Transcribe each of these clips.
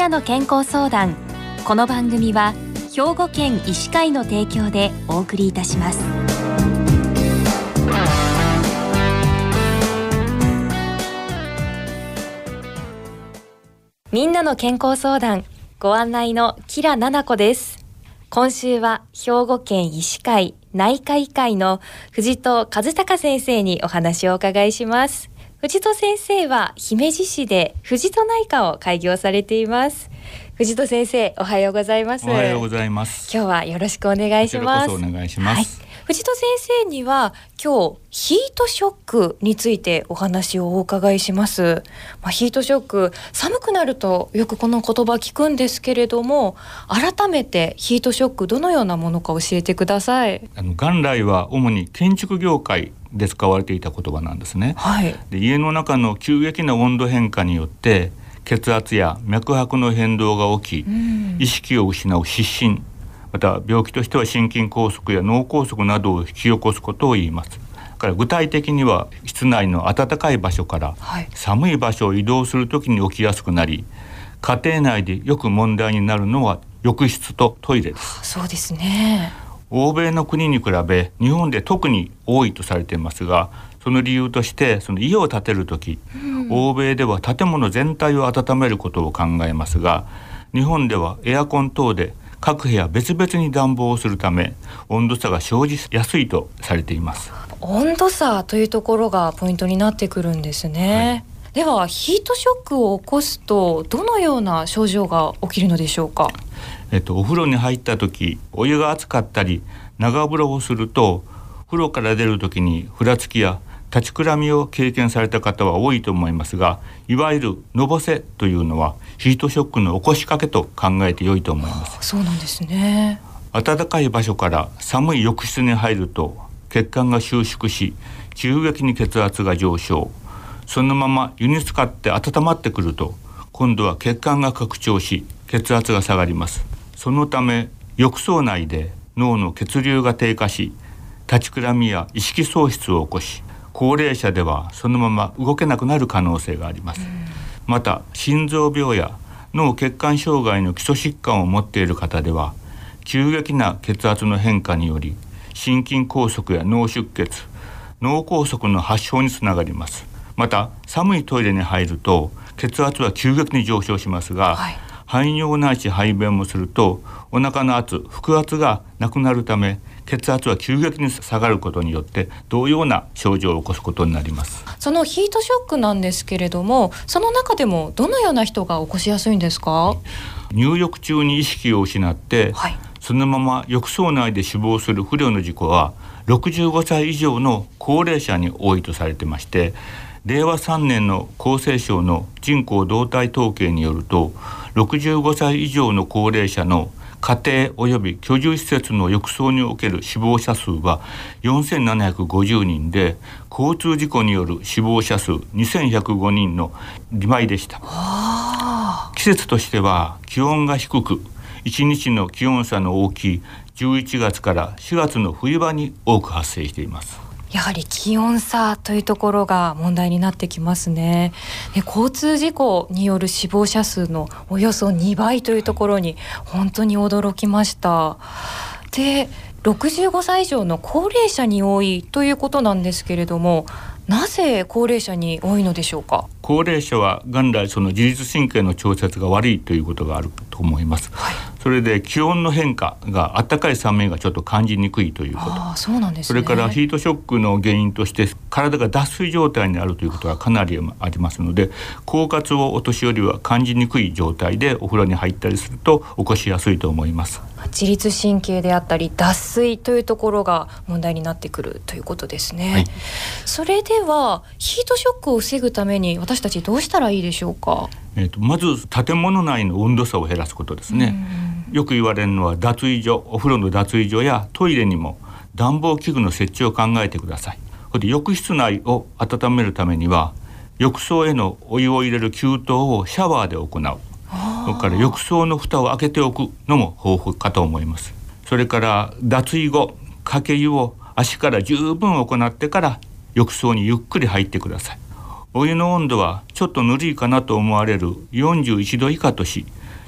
の健康相談。この番組は兵庫県医師会の提供でお送りいたします。みんなの健康相談、ご案内の吉良奈々子です。今週は兵庫県医師会内科医会の藤戸和孝先生にお話をお伺いします。藤戸先生は姫路市で藤戸内科を開業されています。藤戸先生、おはようございます。 おはようございます。 今日はよろしくお願いします。 こちらこそお願いします。 藤戸先生には今日ヒートショックについてお話をお伺いします。ヒートショック、寒くなるとよくこの言葉聞くんですけれども、改めてヒートショック、どのようなものか教えてください。 元来は主に建築業界で使われていた言葉なんですね。で、家の中の急激な温度変化によって血圧や脈拍の変動が起き、意識を失う失神、また病気としては心筋梗塞や脳梗塞などを引き起こすことを言います。だから具体的には室内の暖かい場所から寒い場所を移動するときに起きやすくなり、家庭内でよく問題になるのは浴室とトイレです。 そうですね。 欧米の国に比べ日本で特に多いとされていますが、その理由としてその家を建てるとき、欧米では建物全体を温めることを考えますが、日本ではエアコン等で各部屋別々に暖房をするため温度差が生じやすいとされています。 温度差というところがポイントになってくるんですね。ではヒートショックを起こすとどのような症状が起きるのでしょうか。 お風呂に入った時、お湯が熱かったり長風呂をすると、風呂から出る時にふらつきや立ちくらみを経験された方は多いと思いますが、いわゆるのぼせというのはヒートショックの起こしかけと考えて良いと思います。 そうなんですね。 暖かい場所から寒い浴室に入ると血管が収縮し、急激に血圧が上昇。そのまま湯に浸かって温まってくると、今度は血管が拡張し血圧が下がります。そのため浴槽内で脳の血流が低下し、立ちくらみや意識喪失を起こし、高齢者ではそのまま動けなくなる可能性があります。また心臓病や脳血管障害の基礎疾患を持っている方では、急激な血圧の変化により心筋梗塞や脳出血、脳梗塞の発症につながります。また寒いトイレに入ると血圧は急激に上昇しますが、排尿ないし排便もするとお腹の圧、腹圧がなくなるため血圧は急激に下がることによって同様な症状を起こすことになります。 そのヒートショックなんですけれども、その中でもどのような人が起こしやすいんですか。 入浴中に意識を失って、そのまま浴槽内で死亡する不慮の事故は65歳以上の高齢者に多いとされてまして、令和3年の厚生省の人口動態統計によると、65歳以上の高齢者の家庭及び居住施設の浴槽における死亡者数は4750人で、交通事故による死亡者数2105人の2倍でした。季節としては気温が低く、1日の気温差の大きい11月から4月の冬場に多く発生しています。 やはり気温差というところが問題になってきますね。交通事故による死亡者数のおよそ2倍というところに本当に驚きました。で、65歳以上の高齢者に多いということなんですけれども、なぜ高齢者に多いのでしょうか。 高齢者は元来その自律神経の調節が悪いということがあると思います。それで気温の変化が暖かい寒いがちょっと感じにくいということ。 そうなんですね。 それからヒートショックの原因として体が脱水状態にあるということがかなりありますので、狡猾をお年寄りは感じにくい状態でお風呂に入ったりすると起こしやすいと思います。 自律神経であったり脱水というところが問題になってくるということですね。それではヒートショックを防ぐために私たちどうしたらいいでしょうか。 まず建物内の温度差を減らすことですね。よく言われるのは脱衣所、お風呂の脱衣所やトイレにも暖房器具の設置を考えてください。で、浴室内を温めるためには浴槽へのお湯を入れる給湯をシャワーで行う。それから浴槽の蓋を開けておくのも方法かと思います。それから脱衣後、かけ湯を足から十分行ってから浴槽にゆっくり入ってください。お湯の温度はちょっとぬるいかなと思われる41度以下とし、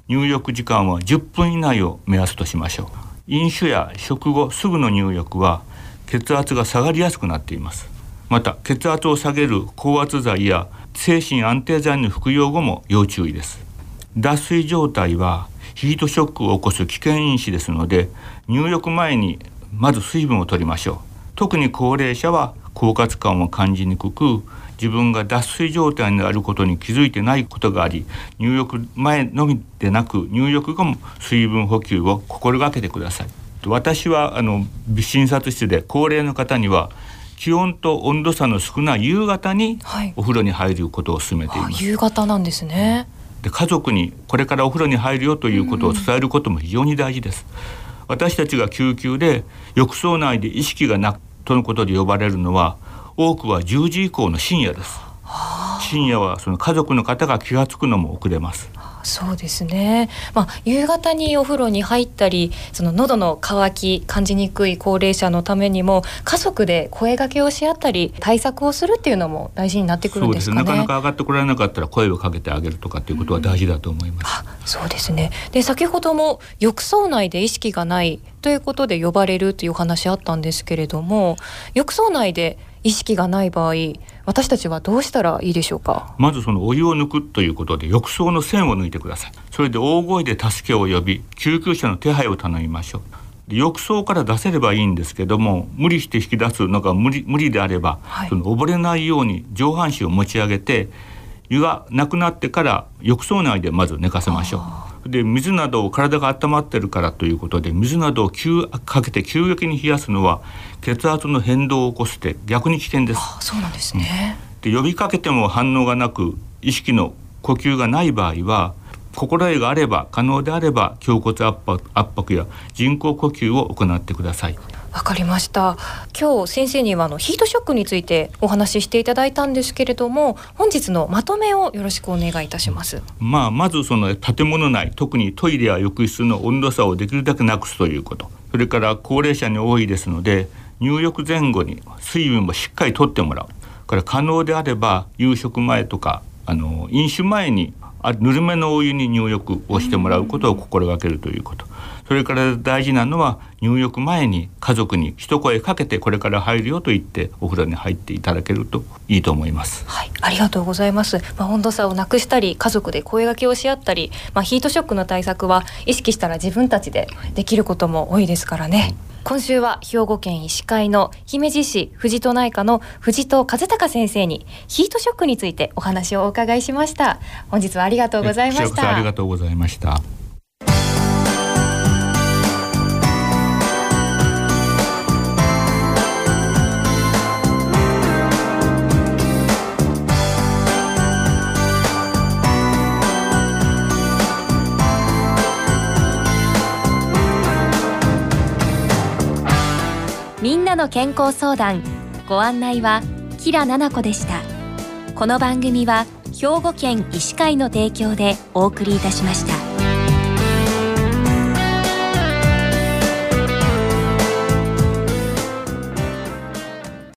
入浴時間は10分以内を目安としましょう。飲酒や食後すぐの入浴は血圧が下がりやすくなっています。また血圧を下げる高圧剤や精神安定剤の服用後も要注意です。脱水状態はヒートショックを起こす危険因子ですので、入浴前にまず水分を取りましょう。特に高齢者は狡猾感を感じにくく、自分が脱水状態にあることに気づいてないことがあり、入浴前のみでなく入浴後も水分補給を心がけてください。私は診察室で高齢の方には気温と温度差の少ない夕方にお風呂に入ることを勧めています。 夕方なんですね。 で、家族にこれからお風呂に入るよということを伝えることも非常に大事です。私たちが救急で浴槽内で意識がなくとのことで呼ばれるのは、多くは10時以降の深夜です。深夜はその家族の方が気がつくのも遅れます。 そうですね、夕方にお風呂に入ったり、その喉の渇き感じにくい高齢者のためにも家族で声掛けをし合ったり対策をするっていうのも大事になってくるんですかね。 そうです。なかなか上がってこられなかったら声をかけてあげるとかっていうことは大事だと思います。 そうですね。で、先ほども浴槽内で意識がないということで呼ばれるというお話あったんですけれども、浴槽内で意識がない場合、私たちはどうしたらいいでしょうか。 まずそのお湯を抜くということで浴槽の栓を抜いてください。それで大声で助けを呼び、救急車の手配を頼みましょう。で、浴槽から出せればいいんですけども、無理して引き出すのが無理であれば、その溺れないように上半身を持ち上げて、湯がなくなってから浴槽内でまず寝かせましょう。で、水などを体が温まってるからということで水などをかけて急激に冷やすのは血圧の変動を起こして逆に危険です。 そうなんですね。 で、呼びかけても反応がなく意識の呼吸がない場合は、心得があれば可能であれば胸骨圧迫や人工呼吸を行ってください。 わかりました。今日先生にはヒートショックについてお話ししていただいたんですけれども、本日のまとめをよろしくお願いいたします。 まずその建物内、特にトイレや浴室の温度差をできるだけなくすということ、それから高齢者に多いですので入浴前後に水分もしっかりとってもらう。から可能であれば夕食前とか飲酒前にぬるめのお湯に入浴をしてもらうことを心がけるということ。それから大事なのは入浴前に家族に一声かけてこれから入るよと言ってお風呂に入っていただけるといいと思います。 ありがとうございます。温度差をなくしたり家族で声掛けをし合ったり、ヒートショックの対策は意識したら自分たちでできることも多いですからね。今週は兵庫県医師会の姫路市藤戸内科の藤戸和孝先生にヒートショックについてお話をお伺いしました。本日はありがとうございました。 こちらこそありがとうございました。 みんなの健康相談、ご案内は吉良奈々子でした。この番組は兵庫県医師会の提供でお送りいたしました。